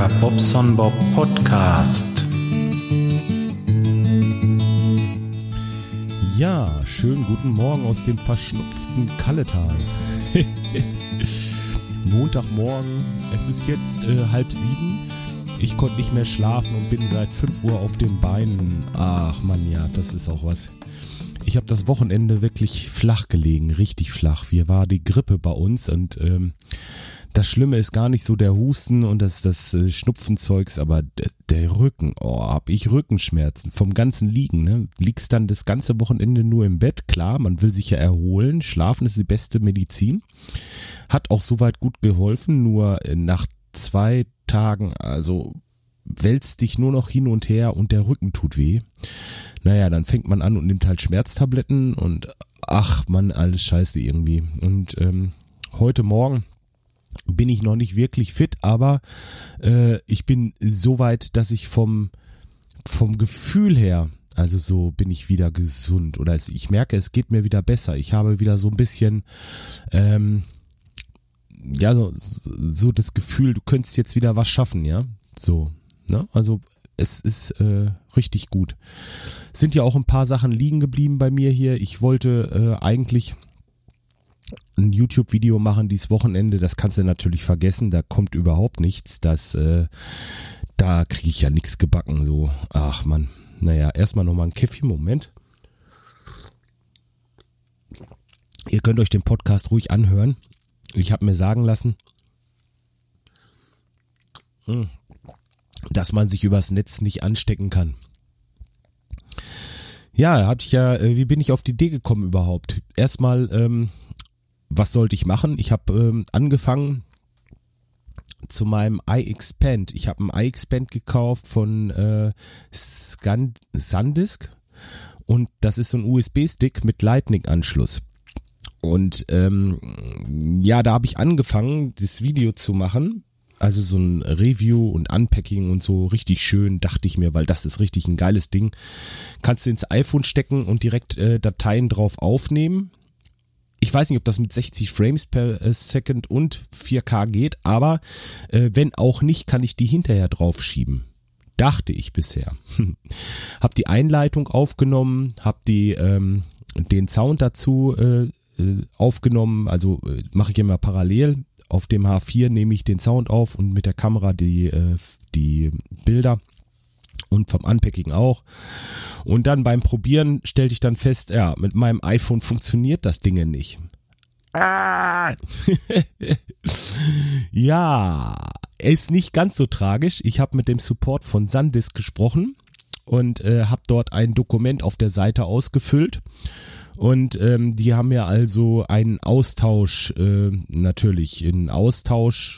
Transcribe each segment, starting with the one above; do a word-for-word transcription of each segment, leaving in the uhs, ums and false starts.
der Bobson Bob Podcast. Ja, schönen guten Morgen aus dem verschnupften Kalletal. Montagmorgen, es ist jetzt äh, halb sieben. Ich konnte nicht mehr schlafen und bin seit fünf Uhr auf den Beinen. Ach Mann, ja, das ist auch was. Ich habe das Wochenende wirklich flach gelegen, richtig flach. Hier war die Grippe bei uns und ähm, das Schlimme ist gar nicht so der Husten und das, das äh, Schnupfenzeugs, aber der, der Rücken, oh, hab ich Rückenschmerzen vom ganzen Liegen, ne? Liegst dann das ganze Wochenende nur im Bett, klar, man will sich ja erholen, schlafen ist die beste Medizin, hat auch soweit gut geholfen, nur nach zwei Tagen, also wälzt dich nur noch hin und her und der Rücken tut weh. Naja, dann fängt man an und nimmt halt Schmerztabletten und ach man, alles scheiße irgendwie. Und ähm, heute Morgen bin ich noch nicht wirklich fit, aber äh, ich bin so weit, dass ich vom vom Gefühl her, also so bin ich wieder gesund oder es, ich merke, es geht mir wieder besser. Ich habe wieder so ein bisschen ähm, ja so, so das Gefühl, du könntest jetzt wieder was schaffen, ja, so, ne? Also es ist äh, richtig gut. Sind ja auch ein paar Sachen liegen geblieben bei mir hier. Ich wollte äh, eigentlich ein YouTube-Video machen dieses Wochenende. Das kannst du natürlich vergessen. Da kommt überhaupt nichts. Das, äh, da kriege ich ja nichts gebacken. So, ach man. Naja, erstmal nochmal ein Käffchen. Moment. Ihr könnt euch den Podcast ruhig anhören. Ich habe mir sagen lassen, Hm. dass man sich übers Netz nicht anstecken kann. Ja, hatte ich ja, wie bin ich auf die Idee gekommen überhaupt? Erstmal, ähm, was sollte ich machen? Ich habe ähm, angefangen zu meinem iXpand. Ich habe ein iXpand gekauft von äh, Scan- SanDisk und das ist so ein U S B-Stick mit Lightning-Anschluss. Und ähm, ja, da habe ich angefangen, das Video zu machen. Also so ein Review und Unpacking und so richtig schön, dachte ich mir, weil das ist richtig ein geiles Ding. Kannst du ins iPhone stecken und direkt äh, Dateien drauf aufnehmen. Ich weiß nicht, ob das mit sechzig Frames per äh, Second und vier K geht, aber äh, wenn auch nicht, kann ich die hinterher drauf schieben. Dachte ich bisher. Hab die Einleitung aufgenommen, hab die ähm, den Sound dazu äh, aufgenommen, also äh, mache ich immer parallel. Auf dem H vier nehme ich den Sound auf und mit der Kamera die, äh, die Bilder und vom Unpacking auch. Und dann beim Probieren stellte ich dann fest, ja, mit meinem iPhone funktioniert das Ding nicht. Ah. Ja, ist nicht ganz so tragisch. Ich habe mit dem Support von SanDisk gesprochen und äh, habe dort ein Dokument auf der Seite ausgefüllt. Und ähm, die haben mir also einen Austausch, äh, natürlich einen Austausch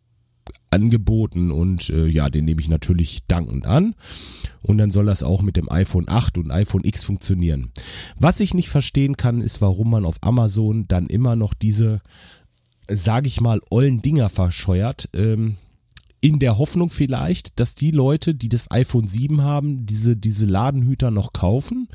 angeboten und äh, ja, den nehme ich natürlich dankend an. Und dann soll das auch mit dem iPhone acht und iPhone X funktionieren. Was ich nicht verstehen kann, ist, warum man auf Amazon dann immer noch diese, sage ich mal, ollen Dinger verscheuert. Ähm, in der Hoffnung vielleicht, dass die Leute, die das iPhone sieben haben, diese, diese Ladenhüter noch kaufen.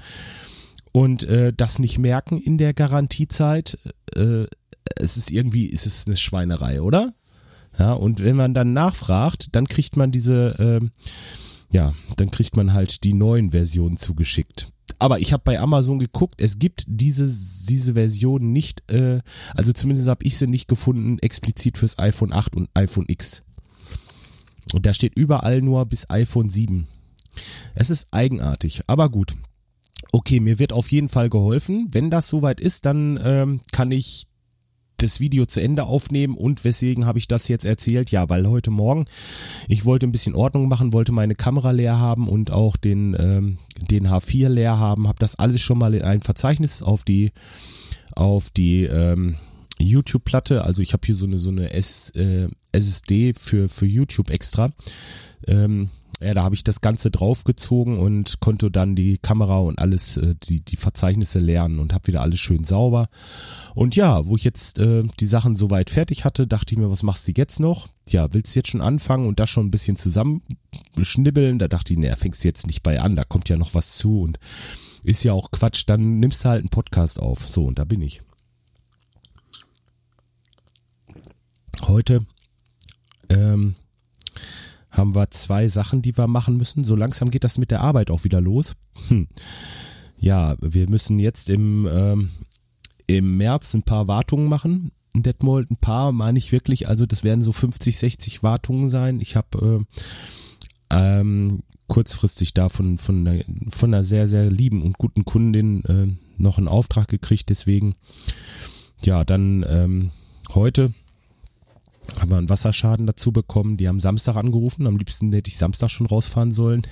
Und äh, das nicht merken in der Garantiezeit, äh, es ist irgendwie, es ist eine Schweinerei, oder? Ja, und wenn man dann nachfragt, dann kriegt man diese, äh, ja, dann kriegt man halt die neuen Versionen zugeschickt. Aber ich habe bei Amazon geguckt, es gibt diese diese Version nicht, äh, also zumindest habe ich sie nicht gefunden, explizit fürs iPhone acht und iPhone X. Und da steht überall nur bis iPhone sieben. Es ist eigenartig, aber gut. Okay, mir wird auf jeden Fall geholfen. Wenn das soweit ist, dann ähm, kann ich das Video zu Ende aufnehmen. Und weswegen habe ich das jetzt erzählt? Ja, weil heute Morgen, ich wollte ein bisschen Ordnung machen, wollte meine Kamera leer haben und auch den ähm, den H vier leer haben. Habe das alles schon mal in ein Verzeichnis auf die auf die ähm, YouTube-Platte. Also ich habe hier so eine so eine S, äh, S S D für für YouTube extra. Ähm, Ja, da habe ich das Ganze draufgezogen und konnte dann die Kamera und alles, äh, die die Verzeichnisse leeren und habe wieder alles schön sauber. Und ja, wo ich jetzt äh, die Sachen soweit fertig hatte, dachte ich mir, was machst du jetzt noch? Tja, willst du jetzt schon anfangen und das schon ein bisschen zusammenschnibbeln? Da dachte ich, naja, fängst du jetzt nicht bei an, da kommt ja noch was zu und ist ja auch Quatsch, dann nimmst du halt einen Podcast auf. So, und da bin ich. Heute ähm, haben wir zwei Sachen, die wir machen müssen. So langsam geht das mit der Arbeit auch wieder los. Hm. Ja, wir müssen jetzt im, ähm, im März ein paar Wartungen machen. In Detmold ein paar, meine ich wirklich. Also das werden so fünfzig, sechzig Wartungen sein. Ich habe äh, ähm, kurzfristig da von, von, einer, von einer sehr, sehr lieben und guten Kundin äh, noch einen Auftrag gekriegt. Deswegen, ja, dann ähm, heute haben wir einen Wasserschaden dazu bekommen. Die haben Samstag angerufen. Am liebsten hätte ich Samstag schon rausfahren sollen.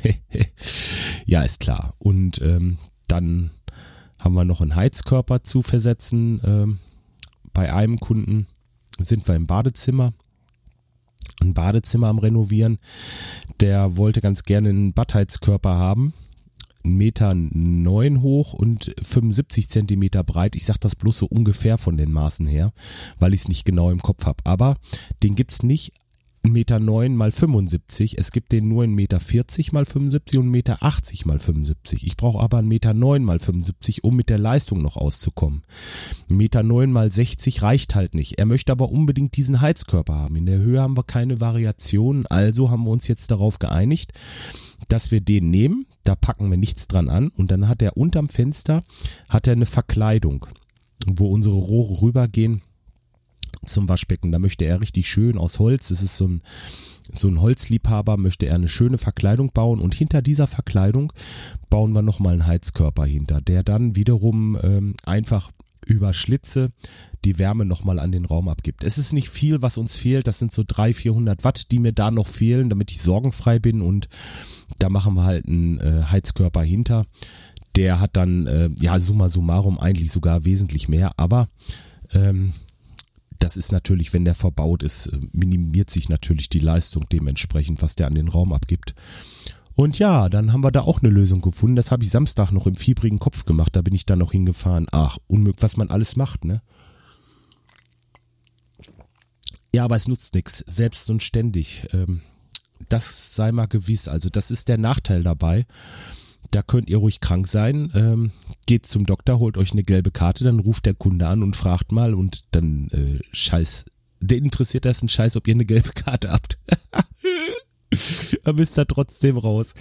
Ja, ist klar. Und ähm, dann haben wir noch einen Heizkörper zu versetzen. Ähm, bei einem Kunden sind wir im Badezimmer. Ein Badezimmer am Renovieren. Der wollte ganz gerne einen Badheizkörper haben. ein Meter neun hoch und fünfundsiebzig Zentimeter breit. Ich sage das bloß so ungefähr von den Maßen her, weil ich es nicht genau im Kopf habe. Aber den gibt's nicht ein Meter neun mal fünfundsiebzig. Es gibt den nur ein Meter vierzig mal fünfundsiebzig und ein Meter achtzig mal fünfundsiebzig. Ich brauche aber ein Meter neun mal fünfundsiebzig, um mit der Leistung noch auszukommen. ein Meter neun mal sechzig reicht halt nicht. Er möchte aber unbedingt diesen Heizkörper haben. In der Höhe haben wir keine Variationen, also haben wir uns jetzt darauf geeinigt, dass wir den nehmen. Da packen wir nichts dran an und dann hat er unterm Fenster hat er eine Verkleidung, wo unsere Rohre rübergehen zum Waschbecken. Da möchte er richtig schön aus Holz, es ist so ein, so ein Holzliebhaber, möchte er eine schöne Verkleidung bauen und hinter dieser Verkleidung bauen wir nochmal einen Heizkörper hinter, der dann wiederum ähm, einfach über Schlitze die Wärme nochmal an den Raum abgibt. Es ist nicht viel, was uns fehlt, das sind so dreihundert, vierhundert Watt, die mir da noch fehlen, damit ich sorgenfrei bin und da machen wir halt einen äh, Heizkörper hinter. Der hat dann, äh, ja summa summarum eigentlich sogar wesentlich mehr, aber ähm, das ist natürlich, wenn der verbaut ist, minimiert sich natürlich die Leistung dementsprechend, was der an den Raum abgibt. Und ja, dann haben wir da auch eine Lösung gefunden. Das habe ich Samstag noch im fiebrigen Kopf gemacht. Da bin ich dann noch hingefahren. Ach, unmöglich, was man alles macht, ne? Ja, aber es nutzt nichts. Selbst und ständig. Ähm, das sei mal gewiss. Also das ist der Nachteil dabei. Da könnt ihr ruhig krank sein. Ähm, geht zum Doktor, holt euch eine gelbe Karte, dann ruft der Kunde an und fragt mal und dann äh, scheiß. Der interessiert das einen Scheiß, ob ihr eine gelbe Karte habt. Aber ist da trotzdem raus.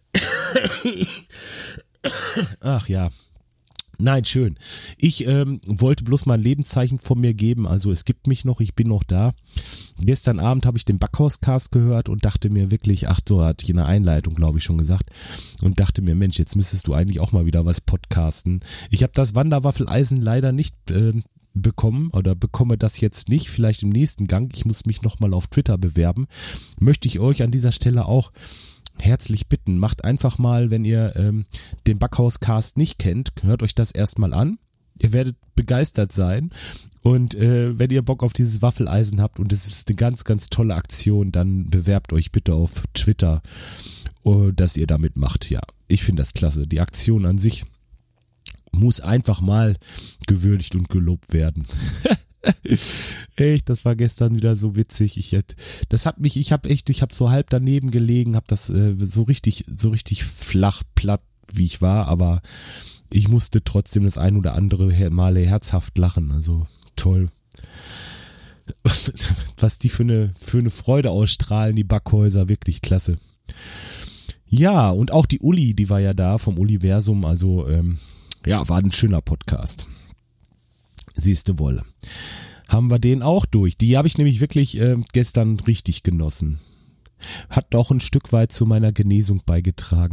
Ach ja. Nein, schön. Ich ähm, wollte bloß mal ein Lebenszeichen von mir geben. Also es gibt mich noch, ich bin noch da. Gestern Abend habe ich den Backhauscast gehört und dachte mir wirklich, ach so, hatte ich in der Einleitung, glaube ich, schon gesagt. Und dachte mir, Mensch, jetzt müsstest du eigentlich auch mal wieder was podcasten. Ich habe das Wanderwaffeleisen leider nicht äh, bekommen oder bekomme das jetzt nicht, vielleicht im nächsten Gang. Ich muss mich nochmal auf Twitter bewerben. Möchte ich euch an dieser Stelle auch herzlich bitten, macht einfach mal, wenn ihr ähm, den Backhauscast nicht kennt, hört euch das erstmal an. Ihr werdet begeistert sein und äh, wenn ihr Bock auf dieses Waffeleisen habt und es ist eine ganz, ganz tolle Aktion, dann bewerbt euch bitte auf Twitter, uh, dass ihr damit macht. Ja, ich finde das klasse. Die Aktion an sich muss einfach mal gewürdigt und gelobt werden. Echt, das war gestern wieder so witzig. Ich hätte, das hat mich, ich habe echt, ich habe so halb daneben gelegen, habe das äh, so richtig, so richtig flach, platt, wie ich war, aber ich musste trotzdem das ein oder andere Male herzhaft lachen. Also toll. Was die für eine, für eine Freude ausstrahlen, die Backhäuser, wirklich klasse. Ja, und auch die Uli, die war ja da vom Universum, also ähm, ja, war ein schöner Podcast. Siehste wohl. Haben wir den auch durch. Die habe ich nämlich wirklich äh, gestern richtig genossen. Hat auch ein Stück weit zu meiner Genesung beigetragen.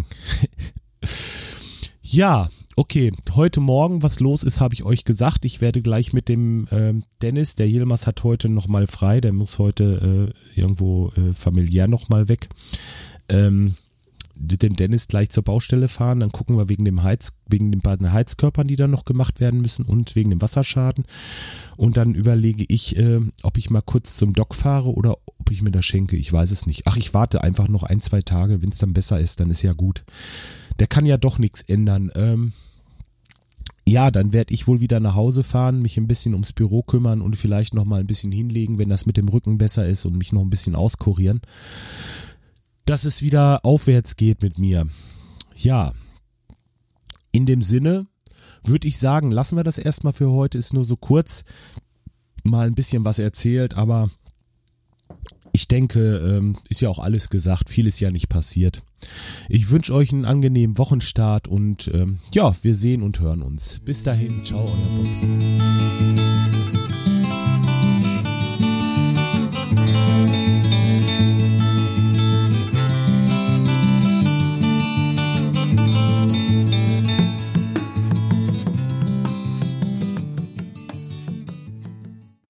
Ja, okay. Heute Morgen, was los ist, habe ich euch gesagt. Ich werde gleich mit dem äh, Dennis, der Yilmaz hat heute nochmal frei. Der muss heute äh, irgendwo äh, familiär nochmal weg. Ähm, den Dennis gleich zur Baustelle fahren, dann gucken wir wegen dem Heiz, wegen den beiden Heizkörpern, die dann noch gemacht werden müssen und wegen dem Wasserschaden. Und dann überlege ich, äh, ob ich mal kurz zum Doc fahre oder ob ich mir das schenke. Ich weiß es nicht. Ach, ich warte einfach noch ein, zwei Tage. Wenn es dann besser ist, dann ist ja gut. Der kann ja doch nichts ändern. Ähm, ja, dann werde ich wohl wieder nach Hause fahren, mich ein bisschen ums Büro kümmern und vielleicht noch mal ein bisschen hinlegen, wenn das mit dem Rücken besser ist und mich noch ein bisschen auskurieren, dass es wieder aufwärts geht mit mir. Ja, in dem Sinne würde ich sagen, lassen wir das erstmal für heute, ist nur so kurz mal ein bisschen was erzählt, aber ich denke, ähm, ist ja auch alles gesagt, viel ist ja nicht passiert. Ich wünsche euch einen angenehmen Wochenstart und ähm, ja, wir sehen und hören uns. Bis dahin, ciao, euer Bob.